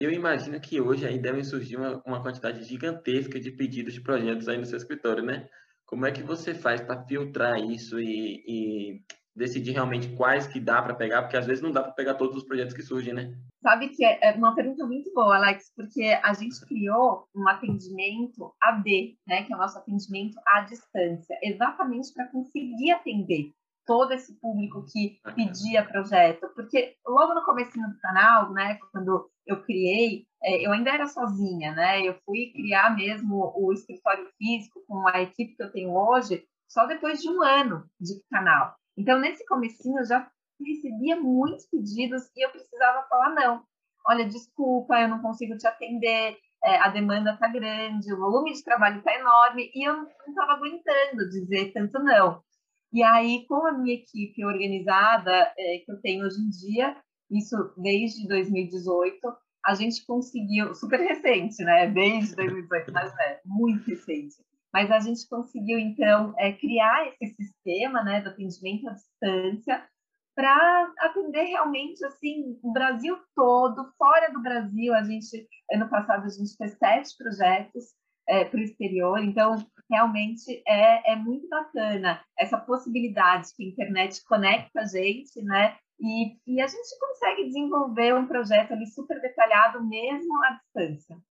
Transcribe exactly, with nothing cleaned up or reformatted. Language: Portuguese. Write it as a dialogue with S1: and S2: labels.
S1: Eu imagino que hoje aí devem surgir uma, uma quantidade gigantesca de pedidos de projetos aí no seu escritório, né? Como é que você faz para filtrar isso e, e decidir realmente quais que dá para pegar? Porque às vezes não dá para pegar todos os projetos que surgem, né?
S2: Sabe que é uma pergunta muito boa, Alex, porque a gente criou um atendimento A D, né, que é o nosso atendimento à distância, exatamente para conseguir atender todo esse público que
S1: Bacana.
S2: pedia projeto, porque logo no comecinho do canal, né, quando eu criei, eu ainda era sozinha, né, eu fui criar mesmo o escritório físico com a equipe que eu tenho hoje, só depois de um ano de canal. Então, nesse comecinho, eu já recebia muitos pedidos e eu precisava falar não. Olha, desculpa, eu não consigo te atender, é, a demanda está grande, o volume de trabalho está enorme e eu não estava aguentando dizer tanto não. E aí, com a minha equipe organizada, é, que eu tenho hoje em dia, isso desde dois mil e dezoito, a gente conseguiu, super recente, né? Desde dois mil e dezoito, mas é muito recente. Mas a gente conseguiu, então, é, criar esse sistema, né, do atendimento à distância, para atender realmente assim o Brasil todo. Fora do Brasil, a gente ano passado a gente fez sete projetos é, para o exterior, então realmente é, é muito bacana essa possibilidade que a internet conecta a gente, né? E, e a gente consegue desenvolver um projeto ali super detalhado mesmo à distância.